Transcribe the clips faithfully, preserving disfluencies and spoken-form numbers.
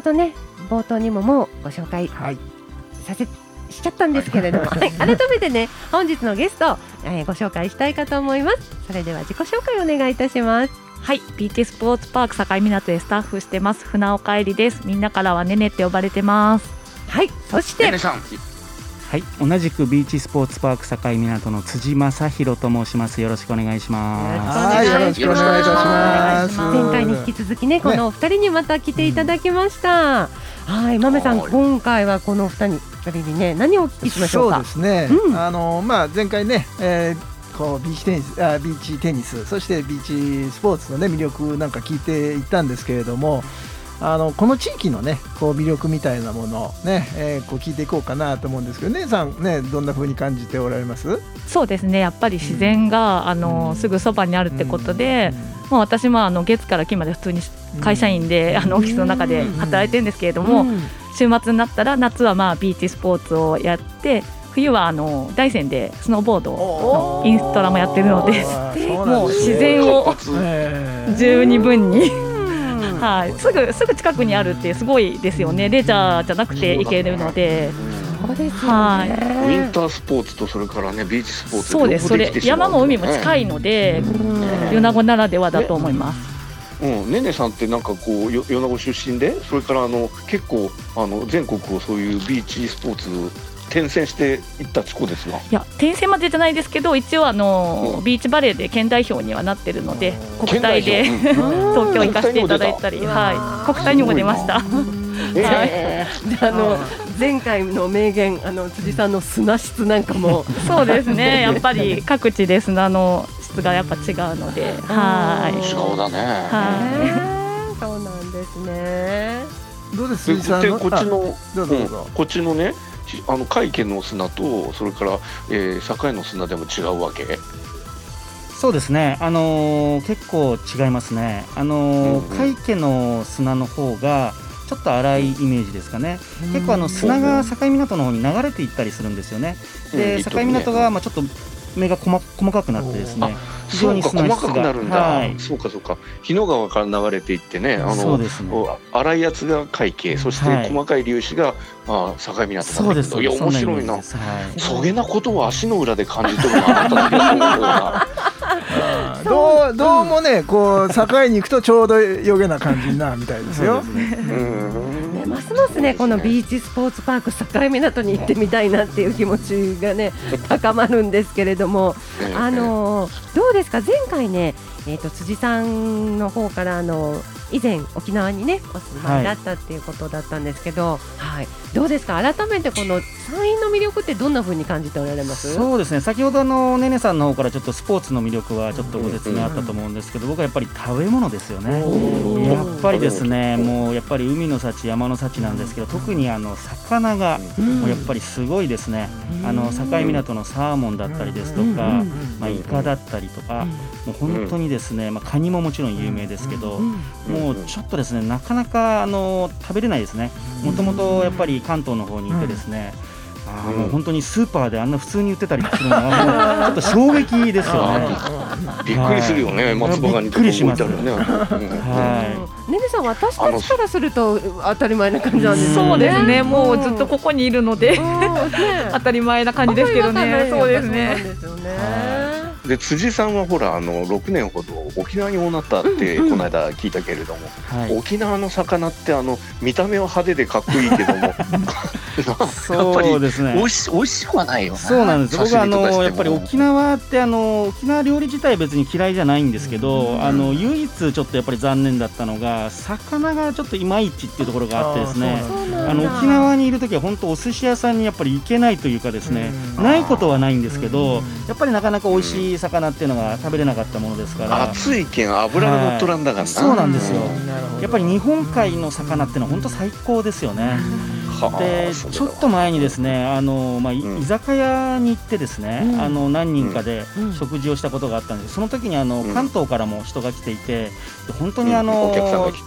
ほどね冒頭にももうご紹介させ、はい、しちゃったんですけれども、はい、改めてね本日のゲスト、えー、ご紹介したいかと思います。それでは自己紹介お願いいたします。 はい、ビーチスポーツパーク境港でスタッフしてます船岡えりです。みんなからはねねって呼ばれてます。 はい、そしてねねさん、 はい、同じくビーチスポーツパーク境港の辻正弘と申します。よろしくお願いします。 はい、よろしくお願いいたします。 前回に引き続きねこのお二人にまた来ていただきました、ね、はい、豆さん今回はこの二人二人にね何をお聞きしましょうか。 そうですね、うん、あのまあ前回ね、えーこうビーチテニス、あビーチテニスそしてビーチスポーツの、ね、魅力なんか聞いていったんですけれども、あのこの地域の、ね、こう魅力みたいなものを、ねえー、こう聞いていこうかなと思うんですけど、姉さん、ね、どんな風に感じておられます？ そうですね、やっぱり自然が、うん、あのすぐそばにあるってことで、うん、もう私もあの月から金まで普通に会社員で、うん、あのオフィスの中で働いてるんですけれども、うん、週末になったら夏はまあビーチスポーツをやって冬はあの大山でスノーボードのインストラもやってるのでもう自然を十二分にはい、すぐすぐ近くにあるってすごいですよね。レジャーじゃなくて行けるので、 そうですよね、 はい、ウィンタースポーツとそれからねビーチスポーツ、 そうです、それ山も海も近いので米子ならではだと思います。 うん、ねねさんってなんかこう米子出身で、それからあの結構あの全国をそういうビーチスポーツ転戦していったチコですが、いや転戦までじゃないですけど一応あの、うん、ビーチバレーで県代表にはなってるので国体で、うん、東京行かせていただいたり、はい、国体にも出ました。 えー、あの前回の名言あの辻さんの砂質なんかもそうですね、やっぱり各地で砂の質がやっぱ違うので、はい、 違うだね、 はい、そうなんですね。 どうです辻さんの、 こっちの、 どうぞどうぞ、 うん、こっちのねあの海家の砂とそれから、えー、境の砂でも違うわけ？ そうですね、あのー、結構違いますね。あのーうんうん、海家の砂の方がちょっと粗いイメージですかね。結構あの砂が境港の方に流れていったりするんですよね。で、うん、境港がまあちょっと目が細かくなってですね、非常に砂質が細かくなるんだ、はい、そうかそうか、日野川から流れていってね、あのそうですね、粗いやつが海系、そして細かい粒子が、はい、あ境港なんだけど、そうです、いや面白いな、はい、そげなことを足の裏で感じてるのあなただけだと思うなどう、どうもねこう境に行くとちょうどよげな感じになみたいですよ。 そうですね、うんね、ますますねこのビーチスポーツパーク境港に行ってみたいなっていう気持ちがね高まるんですけれども、あのどうですか、前回ね、えー、と辻さんの方からあの以前沖縄にねお住まいだったっていうことだったんですけど、はいはい、どうですか、改めてこの山陰の魅力ってどんな風に感じておられます？ そうですね、先ほどのねねさんの方からちょっとスポーツの魅力はちょっとご説明あったと思うんですけど、僕はやっぱり食べ物ですよね。やっぱりですね、もうやっぱり海の幸山の幸なんですけど、特にあの魚がもうやっぱりすごいですね。あの境港のサーモンだったりですとか、まあ、イカだったりとか、もう本当にですね、まあ、カニももちろん有名ですけど、もうちょっとですねなかなかあの食べれないですね。もともとやっぱり関東の方にいてですね、あーもう本当にスーパーであんな普通に売ってたりするのはもうちょっと衝撃ですよね。 びっくりするよね、松葉ガニとか置いてあるよね。 はい、ねねさん、私たちからすると当たり前な感じなんですよね。 そうですね、もうずっとここにいるので当たり前な感じですけどね。そうですね。 で辻さんはほらあのろくねんほど沖縄におなったってこの間聞いたけれども、はい、沖縄の魚ってあの見た目は派手でかっこいいけどもそうですね、 美味し、美味しくはないよな。 そうなんです。僕はあのやっぱり沖縄ってあの沖縄料理自体別に嫌いじゃないんですけど、うん、あの唯一ちょっとやっぱり残念だったのが魚がちょっといまいちっていうところがあってですね、あの沖縄にいるときは本当お寿司屋さんにやっぱり行けないというかですね、うん、ないことはないんですけど、うん、やっぱりなかなか美味しい魚っていうのが食べれなかったものですから、 暑いけん油が乗っとらんだからな、はい、 そうなんですよ。やっぱり日本海の魚っていうのは本当最高ですよね。でちょっと前にですねあの、まあ、居酒屋に行ってですね、うん、あの何人かで食事をしたことがあったんです。その時にあの、うん、関東からも人が来ていて、本当にあの、うん、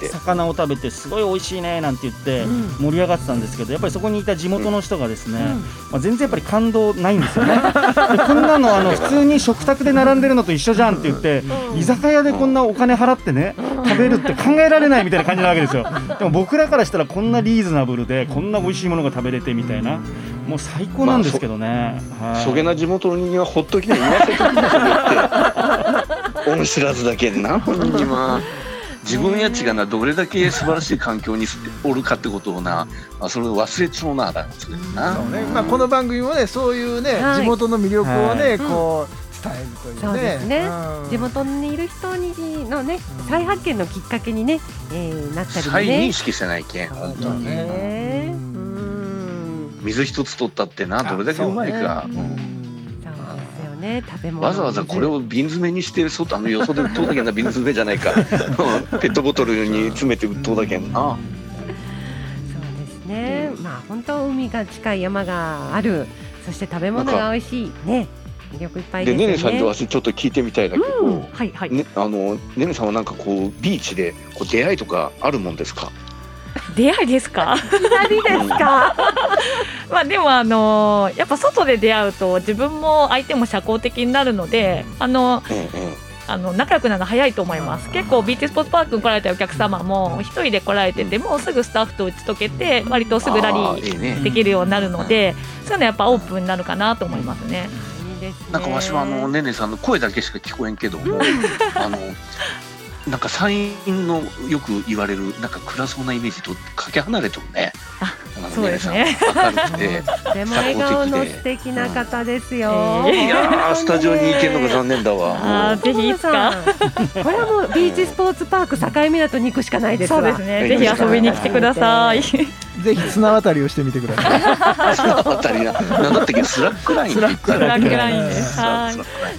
魚を食べてすごい美味しいねなんて言って盛り上がってたんですけど、やっぱりそこにいた地元の人がですね、うんまあ、全然やっぱり感動ないんですよね。でこんなのあの普通に食卓で並んでるのと一緒じゃんって言って、居酒屋でこんなお金払ってね食べるって考えられないみたいな感じなわけですよ。でも僕らからしたらこんなリーズナブルでこんな美味しいものが食べれてみたいな、もう最高なんですけどね。 まあ、そ, そげな地元の人間はほっときない言わせときなって恩知らずだけんな本人は。自分やちがなどれだけ素晴らしい環境におるかってことをな、それを忘れちゃうなだな。 そうね、まあ、この番組もねそういうね、はい、地元の魅力をね、はい、こう伝えるというね。 そうですね、うん、地元にいる人にのね再発見のきっかけにね、えー、なったりね。 再認識せないけん本当に、ね、うん、水一つ取ったってなどれだけうまいか。 食べ物わざわざこれを瓶詰めにして外あのよそで売っとうだけんな瓶詰めじゃないかペットボトルに詰めて売っとうだけんな。そうですね、まあ本当海が近い山がある、そして食べ物が美味しいね、魅力いっぱいですよね。 でねねさんと私ちょっと聞いてみたいだけど、うん、 はいはい、 ね、あのねねさんはなんかこうビーチでこう出会いとかあるもんですか？ 出会いですか？ 何ですか？ まあでもあのー、やっぱ外で出会うと自分も相手も社交的になるので、あの、うんうん、あの仲良くなるの早いと思います。結構ビーチスポーツパークに来られたお客様も一人で来られててもすぐスタッフと打ち解けて割とすぐラリーできるようになるので、そういうのやっぱオープンになるかなと思いますね。 なんかわしはあのねねさんの声だけしか聞こえんけども、あのなんか山陰のよく言われるなんか暗そうなイメージとかけ離れてるね。 あ、そうですね。 明るくてでも笑顔の素敵な方ですよ。 うん、いやスタジオに行けるのが残念だわ。 あ、ぜひいつか。 これはもうビーチスポーツパーク境港に行くしかないですわ。 そうですね。ぜひ遊びに来てください。 ぜひ綱渡りをしてみてください。 綱渡りな、なんだったっけ、スラックライン。 スラックラインです。はい。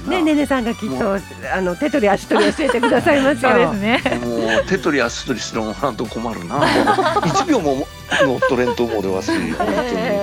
ねねねさんがきっとあの手取り足取り教えてくださいますよ。 そうですね。 もう手取り足取りしてもらうと困るな。一秒も乗っ取れんと思うでわし。本当に。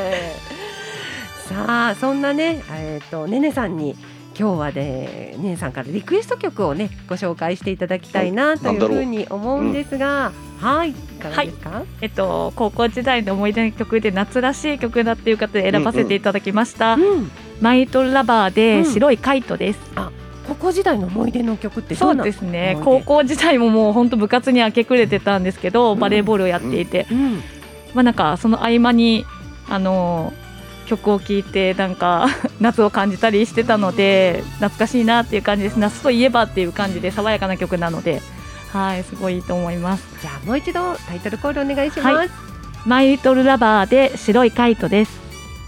さあそんなねえっとねねさんに今日はねねねさんからリクエスト曲をねご紹介していただきたいなというふうに思うんですが、うん、はいいかがですか？はい、 えっと高校時代の思い出の曲で夏らしい曲だっていう方で選ばせていただきました。うんうん、マイトルラバーで白いカイトです。 うん、あ、高校時代の思い出の曲ってどんな？ そうですね。高校時代ももう本当部活に明け暮れてたんですけど、バレーボールをやっていて、うんうん、まあなんかその合間にあの曲を聴いてなんか夏を感じたりしてたので懐かしいなっていう感じです。夏といえばっていう感じで爽やかな曲なので、はい、すごいいいと思います。 じゃあもう一度タイトルコールお願いします。はい、 マイリトルラバーで白いカイトです。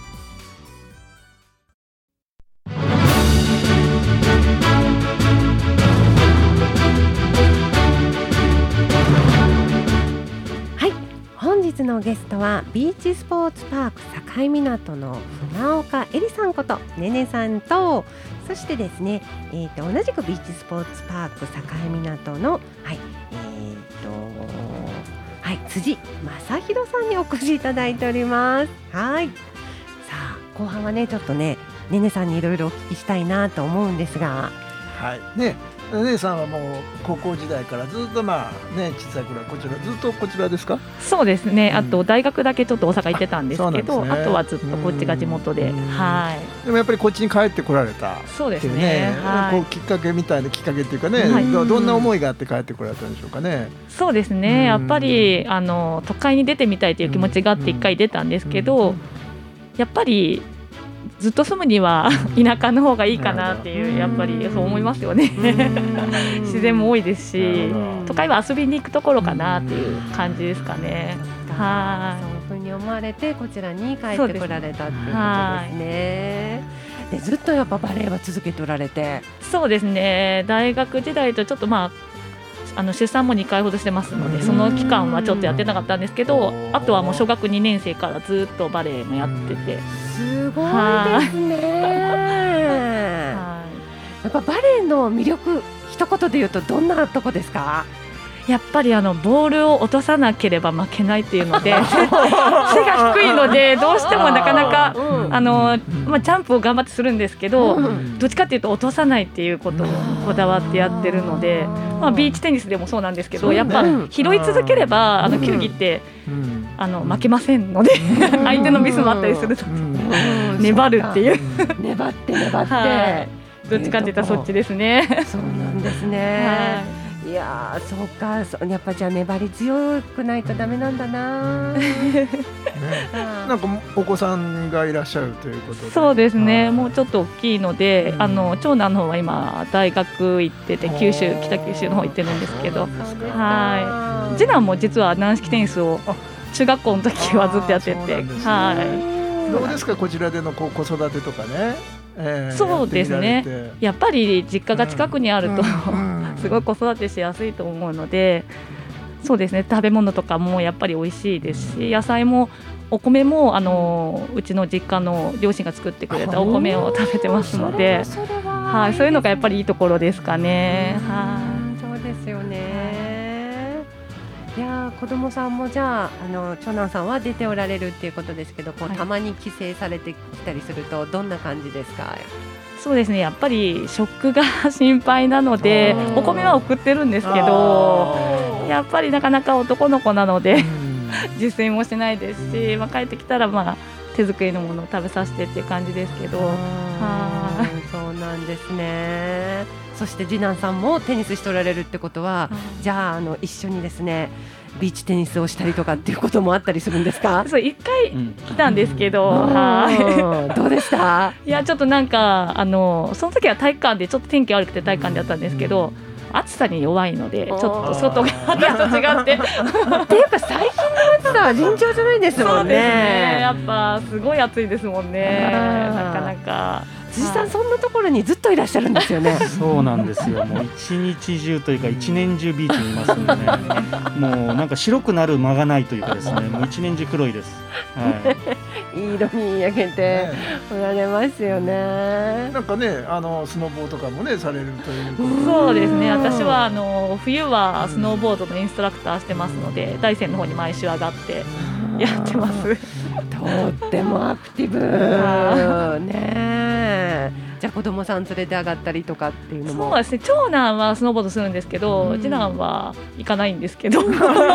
本日のゲストはビーチスポーツパーク境港の船岡恵里さんことねねさんと、そしてですね、えー、と同じくビーチスポーツパーク境港の、はいえーとはい、辻正弘さんにお越しいただいております。はい、さあ後半はねちょっとねねねさんにいろいろお聞きしたいなと思うんですが、 はいね姉さんはもう高校時代からずっとまあね小さい頃はこちらずっとこちらですか？ そうですね、うん、あと大学だけちょっと大阪行ってたんですけど、 あ, ね、あとはずっとこっちが地元で、はい、 でもやっぱりこっちに帰ってこられたっていうね、 そうですね、はい、 こうきっかけみたいなきっかけっていうかね、はい、ど, どんな思いがあって帰ってこられたんでしょうかね？ そうですね、やっぱりあの都会に出てみたいという気持ちがあって一回出たんですけど、やっぱりずっと住むには田舎の方がいいかなっていう、やっぱりそう思いますよね。自然も多いですし、都会は遊びに行くところかなっていう感じですかね。 はい、そういうふうに思われてこちらに帰ってこられたっていうことですね。でずっとやっぱバレエは続けておられて。 そうですね、大学時代とちょっとまああの出産もにかいほどしてますので、その期間はちょっとやってなかったんですけど、あとはもう小学にねん生からずっとバレエもやってて、 すごいですね。やっぱバレエの魅力一言で言うとどんなとこですか？ やっぱりあのボールを落とさなければ負けないっていうので背が低いのでどうしてもなかなかあの、まあ、ジャンプを頑張ってするんですけど、どっちかっていうと落とさないっていうことをこだわってやってるので、まあ、ビーチテニスでもそうなんですけど、やっぱ拾い続ければあの球技ってあの負けませんので相手のミスもあったりすると粘るっていう粘って粘って、 はい、どっちかっていったらそっちですね。 そうなんですね。はい、 いやーそうか、そやっぱじゃあ粘り強くないとダメなんだな、ね、 なんかお子さんがいらっしゃるということで。 そうですね、もうちょっと大きいので、うん、あの長男の方は今大学行ってて九州北九州の方行ってるんですけど、はい、次男も実は軟式テニスを中学校の時はずっとやってて、はい、 どうですかこちらでのこう子育てとかね、えー、 そうですね、やっぱり実家が近くにあると、うんうん、すごい子育てしやすいと思うので、そうですね、食べ物とかもやっぱり美味しいですし、野菜もお米もあのうちの実家の両親が作ってくれたお米を食べてますので、はい、そういうのがやっぱりいいところですかね。はい、 そうですよね。いや子供さんもじゃあ、あの長男さんは出ておられるっていうことですけど、こう、はい、たまに帰省されてきたりするとどんな感じですか？ そうですね、やっぱり食が心配なのでお米は送ってるんですけど、やっぱりなかなか男の子なので自炊もしないですし、まあ、帰ってきたらまあ手作りのものを食べさせてっていう感じですけど、はそうなんですね。そして次男さんもテニスしておられるってことは、じゃあ、あの一緒にですねビーチテニスをしたりとかっていうこともあったりするんですか？ そう一回来たんですけど、うん、はいどうでした？ いやちょっとなんかあのその時は体育館でちょっと天気悪くて体育館でやったんですけど、暑さに弱いのでちょっと外が私と違ってっていうか最近の暑さは尋常じゃないですもんね。 そうですね、やっぱすごい暑いですもんね、なかなか。 辻さんそんなところにずっといらっしゃるんですよね。 そうなんですよ、もう一日中というか一年中ビーチにいますので、ね、もうなんか白くなる間がないというかですね、もう一年中黒いです、はい、 いい色に焼けておられますよね。 なんかね、あのスノボーとかもねされるということで。 そうですね、私はあの冬はスノーボードのインストラクターしてますので、大山の方に毎週上がってやってます。 とってもアクティブね。じゃあ子供さん連れて上がったりとかっていうのも。 そうですね、長男はスノーボードするんですけど、うん、次男は行かないんですけど。そうです。いや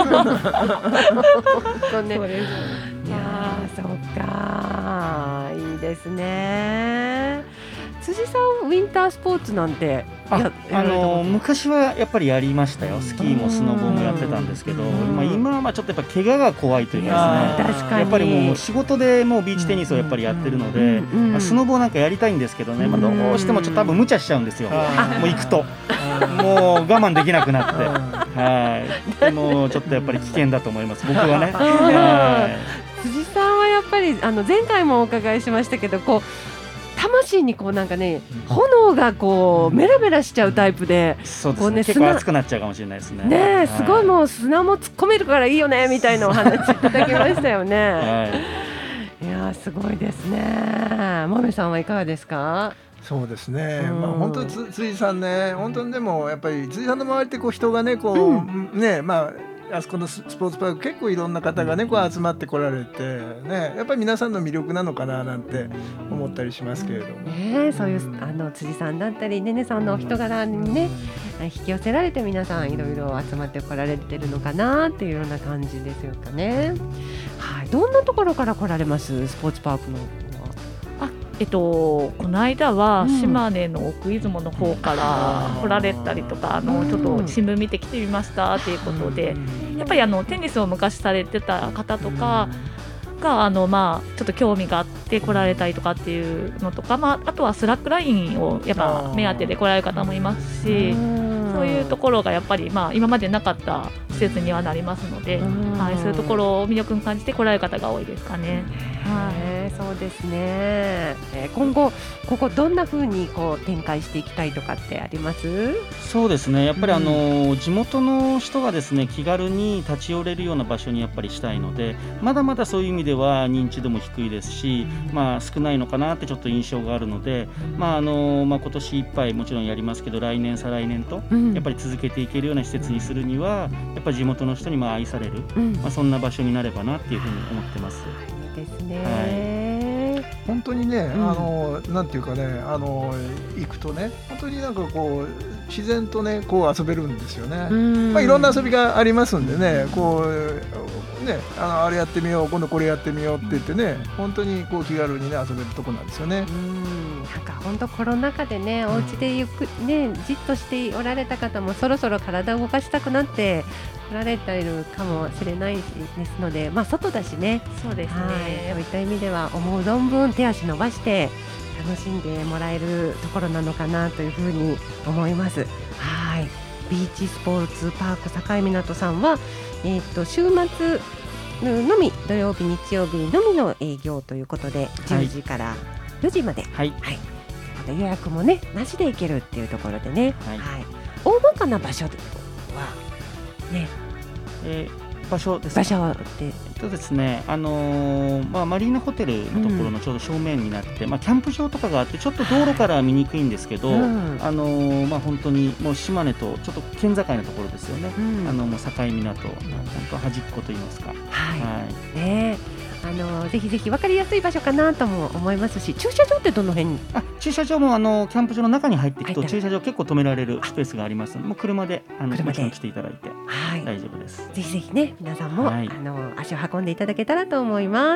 そうか、いいですね。辻さんウィンタースポーツなんてああの昔はやっぱりやりましたよ。スキーもスノボもやってたんですけど、まあ、今はまあちょっとやっぱ怪我が怖いというかですね、 確かにやっぱりもう仕事でもうビーチテニスをやっぱりやってるので、まあ、スノボなんかやりたいんですけどね、まあ、どうしてもちょっと多分無茶しちゃうんですよ。もう行くともう我慢できなくなって、はい、でもちょっとやっぱり危険だと思います僕はね。はい、 辻さんはやっぱりあの前回もお伺いしましたけど、こう魂にこうなんかね、炎がこうメラメラしちゃうタイプで、 そうですね、ね、結構熱くなっちゃうかもしれないですね。 ね、はい、すごいもう砂も突っ込めるからいいよねみたいなお話いただきましたよね。はい、いやすごいですね。もめさんはいかがですか？ そうですね、まあ、本当に辻さんね、本当にでもやっぱり辻さんの周りってこう人がねこう、うん、ねまああそこのスポーツパーク結構いろんな方がねこう集まってこられてね、やっぱり皆さんの魅力なのかななんて思ったりしますけれども、 ね、そういうあの辻さんだったりねねさんのお人柄にね引き寄せられて皆さんいろいろ集まってこられてるのかなっていうような感じですよかね。はい、どんなところから来られますスポーツパークの？ あえっと、この間は島根の奥出雲の方から来られたりとか、あのちょっと新聞見てきてみましたということで、やっぱりあのテニスを昔されてた方とかがあの、まあ、ちょっと興味があって来られたりとかっていうのとか、まあ、あとはスラックラインをやっぱ目当てで来られる方もいますし、そういうところがやっぱり、まあ、今までなかった施設にはなりますので、はい、そういうところを魅力に感じて来られる方が多いですかね。 はい、そうですね、えー、今後ここどんな風にこう展開していきたいとかってあります？ そうですね、やっぱりあの、うん、地元の人がですね気軽に立ち寄れるような場所にやっぱりしたいので、まだまだそういう意味では認知度も低いですし、まあ、少ないのかなってちょっと印象があるので、まああのまあ、今年いっぱいもちろんやりますけど、来年再来年とやっぱり続けていけるような施設にするにはやっぱり地元の人にまあ愛される、うん、まあ、そんな場所になればなっていうふうに思ってます。 いいですね、 はい、本当にね、うん、あのなんていうかね、あの行くとね本当になんかこう自然とねこう遊べるんですよね。まあ、いろんな遊びがありますんでね、こうね、あのあれやってみよう今度これやってみようって言ってね、本当にこう気軽にね遊べるとこなんですよね。 うん、なんか本当コロナ禍でね、お家でゆっくりねじっとしておられた方もそろそろ体を動かしたくなっておられているかもしれないですので、まあ外だしね。 そうですね、 はい、そういった意味では思う存分手足伸ばして楽しんでもらえるところなのかなというふうに思います。はい、ビーチスポーツパーク境港さんは、えー、と週末のみ土曜日日曜日のみの営業ということで、じゅうじからよじまで、 はいはい、ということで予約もねなしで行けるっていうところでね、 はいはい、大まかな場所はね、 えー場所ですか。 場所で、 えっとですね、あのーまあ、マリーナホテルのところのちょうど正面になって、うん、まあ、キャンプ場とかがあってちょっと道路から見にくいんですけど、 はい、うん、 あのーまあ、本当にもう島根とちょっと県境のところですよね、 うん、 あのもう境港、本当端っこといいますか、 はい、 はい、 ね、あのぜひぜひ分かりやすい場所かなとも思いますし、駐車場ってどの辺に？ あ、駐車場もあのキャンプ場の中に入っていくと入って駐車場結構止められるスペースがありますので、もう車であの車でもちろん来ていただいてはい、 大丈夫です。 ぜひぜひね皆さんも、 はい、 あの足を運んでいただけたらと思います。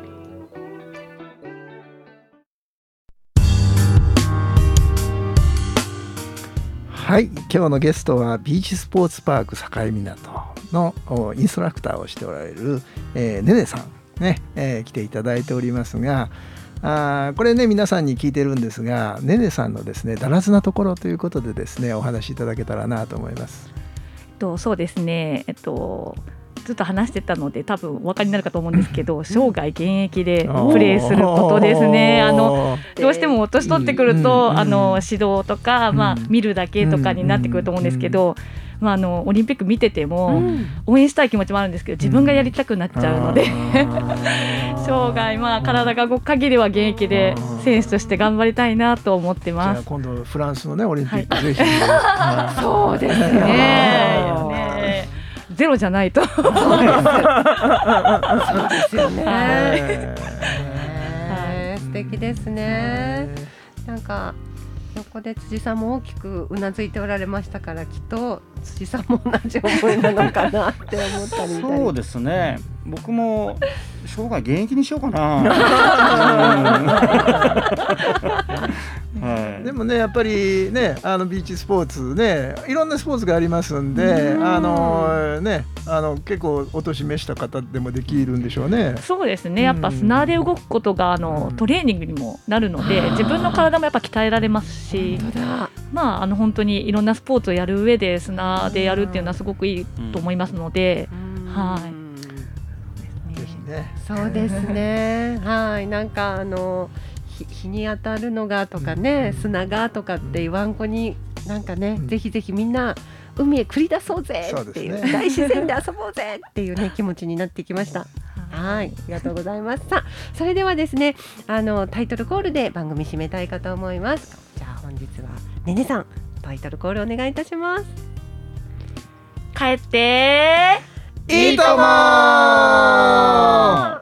はい、今日のゲストはビーチスポーツパーク境港のインストラクターをしておられる、えー、ねねさんね、えー、来ていただいておりますが、あこれね皆さんに聞いてるんですが、ねねさんのですねだらずなところということでですねお話しいただけたらなと思います。 とそうですね、えっとずっと話してたので多分お分かりになるかと思うんですけど、生涯現役でプレーすることですね。あのどうしても年取ってくると、うん、あの指導とか、うん、まあ、見るだけとかになってくると思うんですけど、うん、まあ、あのオリンピック見てても、うん、応援したい気持ちもあるんですけど自分がやりたくなっちゃうので、うん、生涯、まあ、体が動く限りは現役で選手として頑張りたいなと思ってます。 じゃあ今度フランスの、ね、オリンピック、はい、ぜひ、 そうですねねゼロじゃないとそうですよね、素敵ですね。なんか横で辻さんも大きくうなずいておられましたから、きっと辻さんも同じ思いなのかなって思ったり。 そうですね、僕も生涯現役にしようかなはい、 でもねやっぱりねあのビーチスポーツねいろんなスポーツがありますんで、あのねあの結構お年召した方でもできるんでしょうね。 そうですね、やっぱ砂で動くことがあのトレーニングにもなるので、自分の体もやっぱ鍛えられますし、まああの本当にいろんなスポーツをやる上で砂でやるっていうのはすごくいいと思いますので、はい。 そうですね、はい、なんかあの日に当たるのがとかね、砂がとかって言わん子になんかね、うん、ぜひぜひみんな海へ繰り出そうぜっていう、ね、大自然で遊ぼうぜっていうね気持ちになってきました。はい、ありがとうございます。さあ、それではですね、あのタイトルコールで番組締めたいかと思います。じゃあ本日はねねさんタイトルコールお願いいたします。 帰っていいともー。